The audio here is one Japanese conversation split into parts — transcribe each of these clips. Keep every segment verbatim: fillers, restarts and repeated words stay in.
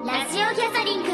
ラジオギャザリング。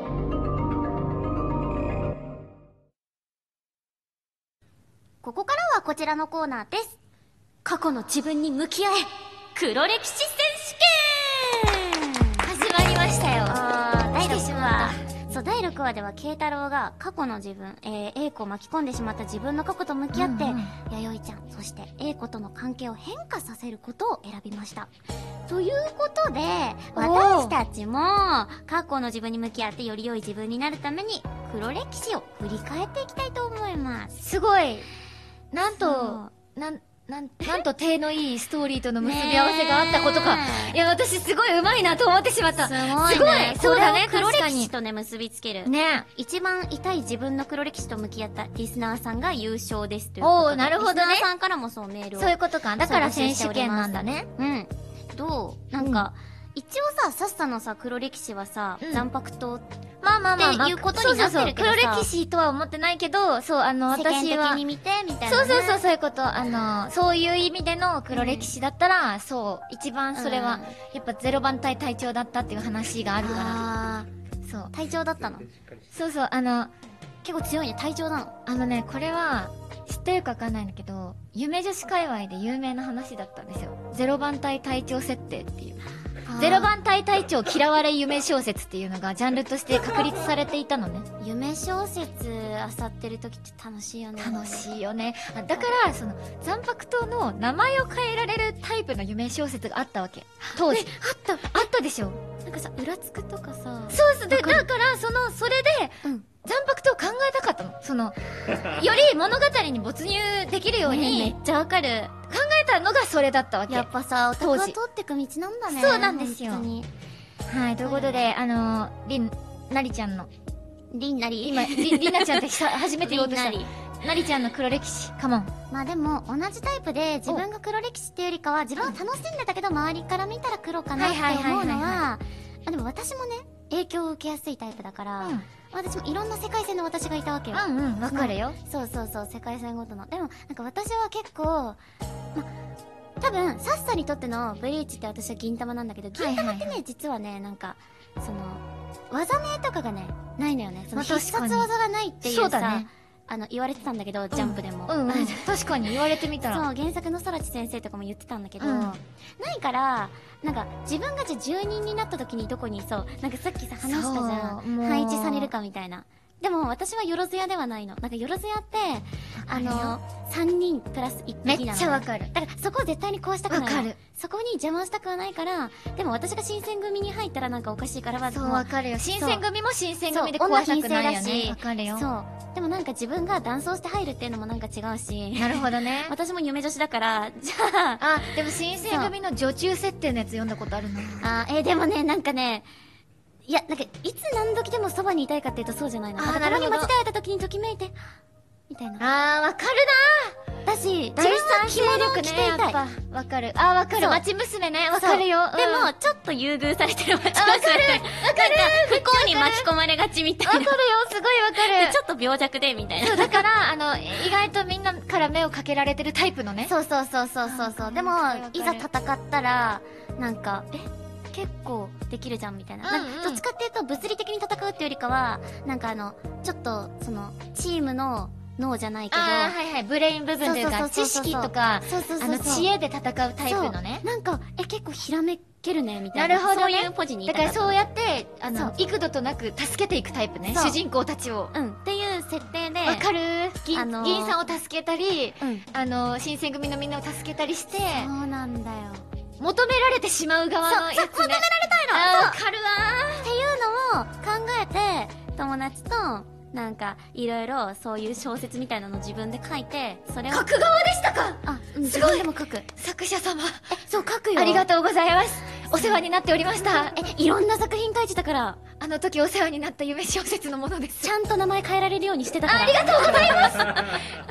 ここからはこちらのコーナーです。過去の自分に向き合え黒歴史選手権。 始まりましたよ。 あー、だいろくわ。そう、だいろくわでは慶太郎が過去の自分、えー、A 子を巻き込んでしまった自分の過去と向き合って、 うんうん、 弥生ちゃん、そして A 子との関係を変化させることを選びました。ということで、私たちも過去の自分に向き合ってより良い自分になるために黒歴史を振り返っていきたいと思います。 すごい。なんと、なん、なん、なんと手のいいストーリーとの結び合わせがあったことか。いや、私すごい上手いなと思ってしまった。 すごい、ね。 すごい。そうだね、 黒歴史とね、結びつける。 ね。 一番痛い自分の黒歴史と向き合ったリスナーさんが優勝ですということで。 おー、なるほどね。 リスナーさんからもそうメールを。 そういうことか。だから選手権なんだね。 うん。どうなんか、うん、一応さ、さっさのさ、黒歴史はさ、うん、残白糖まあまあまあ、 っていうことになってるけどさ、 そうそうそう、黒歴史とは思ってないけど、そう、あの、私は。 世間的に見て、みたいな、ね。 そうそうそう、そういうこと。あの、そういう意味での黒歴史だったら、うん、そう、一番それは、うん、やっぱゼロ番隊隊長だったっていう話があるから。 あー。そう。 隊長だったの？ そうそう、あの、 結構強いね、隊長なの。 あのね、これは、知ってるかわかんないんだけど、夢女子界隈で有名な話だったんですよ。ゼロ番隊隊長設定っていう。ゼロ番隊隊長嫌われ夢小説っていうのがジャンルとして確立されていたのね。 夢小説漁ってる時って楽しいよね。 楽しいよね。だからその残白糖の名前を変えられるタイプの夢小説があったわけ。当時。 あったあったでしょ。 なんかさ、裏つくとかさ。 そうそう。で、だからその、それで、うん、残白糖を考えたかったの。その、より物語に没入できるように。 めっちゃわかる。 考えたのがそれだったわけ。 やっぱさ、オタクは通ってく道なんだね。 そうなんですよ。はい、ということで、あのー、りん、なりちゃんの。 りんなり今、り、りなちゃんって初めて言おうとした。なりちゃんの黒歴史、カモン。 まあでも、同じタイプで自分が黒歴史っていうよりかは、自分は楽しんでたけど、周りから見たら黒かなって思うのは、あ、でも私もね、影響を受けやすいタイプだから、うん、私もいろんな世界線の私がいたわけよ。 うんうん、わかるよ。 そうそうそう、世界線ごとの。でも、なんか私は結構、ま、多分、サッサにとってのブリーチって私は銀玉なんだけど、銀玉ってね、実はね、なんか、その、技名とかがね、ないのよね。その必殺技がないっていうさ、ね、あの、言われてたんだけど、うん、ジャンプでも。 うん、うん、確かに言われてみたら。 そう、原作の空知先生とかも言ってたんだけど、うん、ないから、なんか、自分がじゃあ住人になった時にどこにいそう。なんかさっきさ、話したじゃん。配置されるかみたいな。でも私はよろずやではないの。なんかよろずやって、あの、さんにんプラスいっぴきなの。 めっちゃわかる。 だからそこを絶対に壊したくないの。 わかる。 そこに邪魔したくはないから、でも私が新選組に入ったらなんかおかしいからは、 そうわかるよ。新選組も新選組で壊したくないよね。わかるよ。 そう。でもなんか自分が男装して入るっていうのもなんか違うし。 なるほどね。 私も夢女子だから、じゃあ。 あ、でも新選組の女中設定のやつ読んだことあるな。 あ、えー、でもね、なんかね、いや、なんか、いつ何時でもそばにいたいかっていうとそうじゃないの。あ、たまに間違えた時にときめいて、みたいな。 あー、わかるなー。 だし、自分は着物を着ていたい。 わかる。あー、わかる。町娘ね。わかるよ。 でも、ちょっと優遇されてる町娘。わかる。わかる。不幸に巻き込まれがちみたいな。 わかるよ。すごいわかる。 ちょっと病弱で、みたいな。 そう、だから、あの、意外とみんなから目をかけられてるタイプのね。 そうそうそうそうそう。でも、いざ戦ったら、なんか、え結構できるじゃんみたいな。うんうん、どっちかっていうと物理的に戦うっていうよりかは、なんかあの、ちょっと、その、チームの脳じゃないけど。 ああ、はいはい。ブレイン部分というか、知識とか、あの、知恵で戦うタイプのね。 なんか、え、結構ひらめけるね、みたいな。 なるほど、ね。 そういうポジにいただからそうやって、あの、幾度となく助けていくタイプね。主人公たちを。 うん。っていう設定で。 わかる。銀、あのー、銀さんを助けたり、うん、あの、新選組のみんなを助けたりして。 そうなんだよ。 求められてしまう側のやつね。 求められたいの。 わかるわー。っていうのを考えて、友達と、なんか、いろいろそういう小説みたいなのを自分で書いて、それを。 書く側でしたか。 あ、うん、すごい。でも書く。 作者様。 え、そう書くよ。 ありがとうございます。お世話になっておりました。 え、いろんな作品書いてたから。 あの時お世話になった夢小説のものです。 ちゃんと名前変えられるようにしてたから。 ありがとうございます。ありがとうござい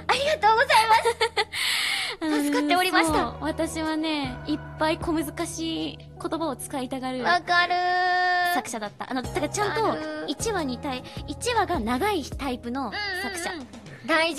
ます。助かっておりました。 私はね、いっぱい小難しい言葉を使いたがる。 わかるー。 作者だった。あの、だからちゃんと、いちわに対、いちわが長いタイプの作者。 大事。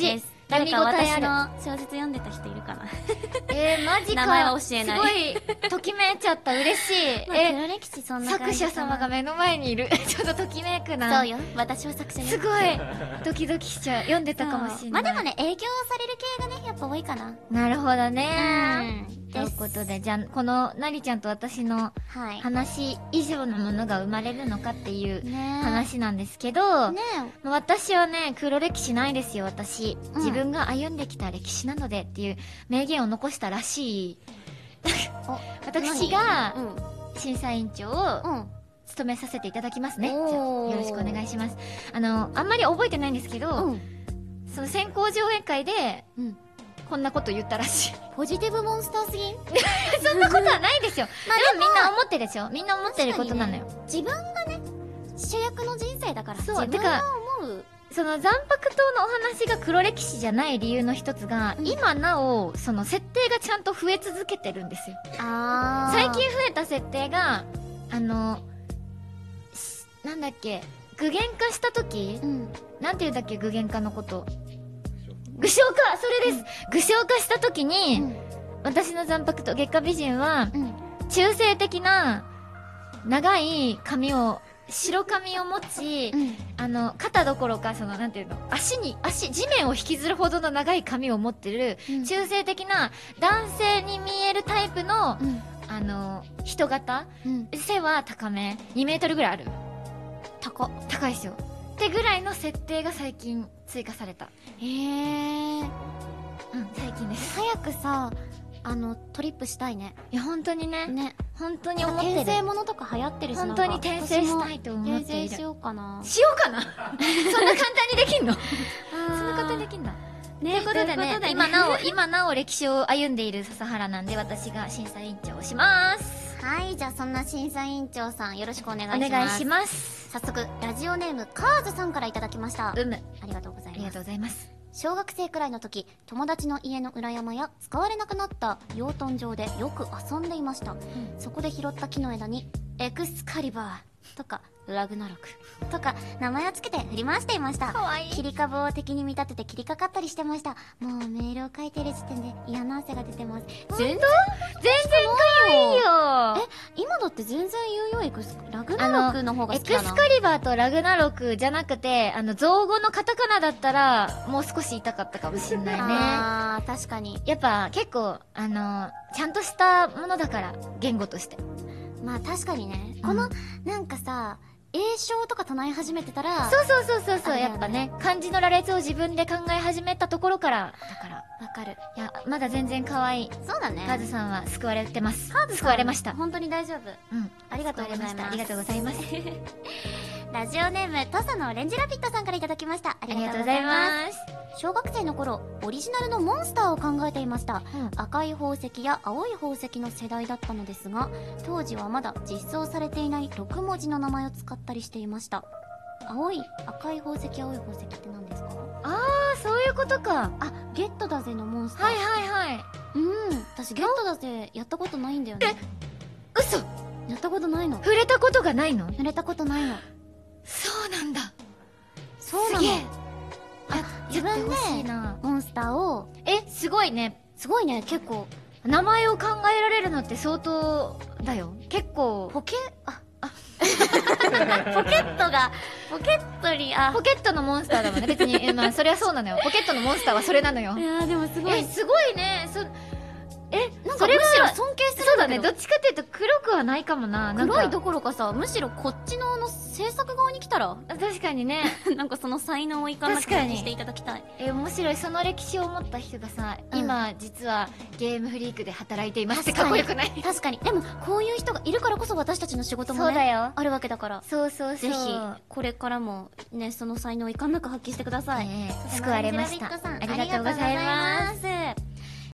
誰か私読み応えあるの小説読んでた人いるかな。 えー、マジか。 名前は教えないすごい、ときめいちゃった。嬉しい。 まあ、 え、 黒歴史そんな感作じかな。 者様が目の前にいる。ちょっとときめくな。 そうよ。私は作者すごい、ドキドキしちゃう。読んでたかもしれない。 まあでもね、影響される系がね、やっぱ多いかな。 なるほどね。 うん。 ということで、じゃあ、この、なりちゃんと私のはい。 話以上のものが生まれるのかっていうねえ。 話なんですけど、 ね私はね、黒歴史ないですよ、私。 うん自分が歩んできた歴史なのでっていう名言を残したらしい。 お、 私がうん。 審査委員長をうん。 務めさせていただきますね。じゃあおーよろしくお願いします。あの、あんまり覚えてないんですけど、 うん。 その選考上映会で、 うん。 こんなこと言ったらしい。 ポジティブモンスターすぎん。 そんなことはないですよ。 まあでもみんな思ってるでしょ。みんな思ってることなのよ。 自分がね、主役の人生だから。 そう自分が思う。 その残白刀のお話が黒歴史じゃない理由の一つが、 うん今なお、その設定がちゃんと増え続けてるんですよ。 あー。 最近増えた設定が、あの、しなんだっけ、具現化した時、 うん。 なんて言うんだっけ、具現化のこと。具象化それです、具象化した時に、 うん。 私の残白と月下美人は、 うん。 中性的な、長い髪を、白髪を持ち、 うん。 あの、肩どころか、その、なんていうの、足に、足、地面を引きずるほどの長い髪を持ってる、 うん中性的な、男性に見えるタイプの、 うん。 あの、人型うん。 背は高め。にメートルぐらいある。 高っ。 高いですよ。ってぐらいの設定が最近追加された。 へー。 うん、最近です。 早くさ、あの、トリップしたいね。 いや、本当にね、 ね。 本当に思ってる。 転生ものとか流行ってるし、 本当に転生したいと思っている。 転生しようかな。 しようかなそんな簡単にできんのそそんな簡単にできんだ。とねいうことでねということでね今なお、今なお歴史を歩んでいる笹原なんで、私が審査委員長をします。 はい、じゃあそんな審査委員長さんよろしくお願いします。 お願いします。 早速、ラジオネームカーズさんからいただきました。 うむ。 ありがとうございます。 ありがとうございます。 小学生くらいの時、友達の家の裏山や使われなくなった養豚場でよく遊んでいました。そこで拾った木の枝に、エクスカリバーとか、ラグナロクとか、名前をつけて振り回していました。 かわいい。 切り株を敵に見立てて切りかかったりしてました。もうメールを書いてる時点で嫌な汗が出てます。 全然、全然かわいいよ。 今だって全然言うよ、エクス、ラグナロクの方がエク好きだな。 スカリバーとラグナロクじゃなくて、あの、造語のカタカナだったら、もう少し痛かったかもしんないね。 あー、確かに。 やっぱ結構、あの、ちゃんとしたものだから、言語として。 まあ確かにね。 うんこの、なんかさ、栄唱とか唱え始めてたら、 そうそうそうそうそう、 あれだよねやっぱね、漢字の羅列を自分で考え始めたところから、だから。 わかる。 いや、まだ全然可愛い。 そうだね。 カズさんは救われてます。 カーズさん救われました。 本当に大丈夫。 うん。 ありがとうございます。 救われましたありがとうございます。 ラジオネーム、土佐のオレンジラピットさんからいただきました。あありりがとうございがとうございます。 ます。 小学生の頃、オリジナルのモンスターを考えていました。 うん赤い宝石や青い宝石の世代だったのですが、当時はまだ実装されていないろく文字の名前を使ったりしていました。青い、赤い宝石、青い宝石って何ですか？ あー、そういうことか。 あ、ゲットだぜのモンスター。 はいはいはい。 うん。私ゲットだぜやったことないんだよね。 嘘やったことないの。 触れたことがないの？ 濡れたことないの。 そうなんだ。 そうなの。 すげえ。 あ、自分やってほしいでな。 モンスターを、 え、すごいね。 すごいね、結構、 名前を考えられるのって相当だよ。結構。 ポケ、あ、あ、ポケットが、ポケットに、あ、 ポケットのモンスターだもんね。別に、えまあ、それはそうなのよ。ポケットのモンスターはそれなのよい。やーでもすごい。 え、すごいね。そ、え、 なんかそれはむしろ尊敬するそうだね。 んだけど。 どっちかっていうと黒くはないかもな。なんか黒いどころかさ、むしろこっちのあの制作側に来たら、 確かにね。 なんかその才能をいかなく確かに発揮していただきたい。 え、面白い。その歴史を持った人がさ、 うん今、実はゲームフリークで働いていますって確かにかっこよくない？ 確かに。でも、こういう人がいるからこそ私たちの仕事もね、 そうだよ。 あるわけだから。 そうそうそう。 ぜひ、これからもね、その才能をいかんなく発揮してください。 ええ救われました。ありがとうございます。 す。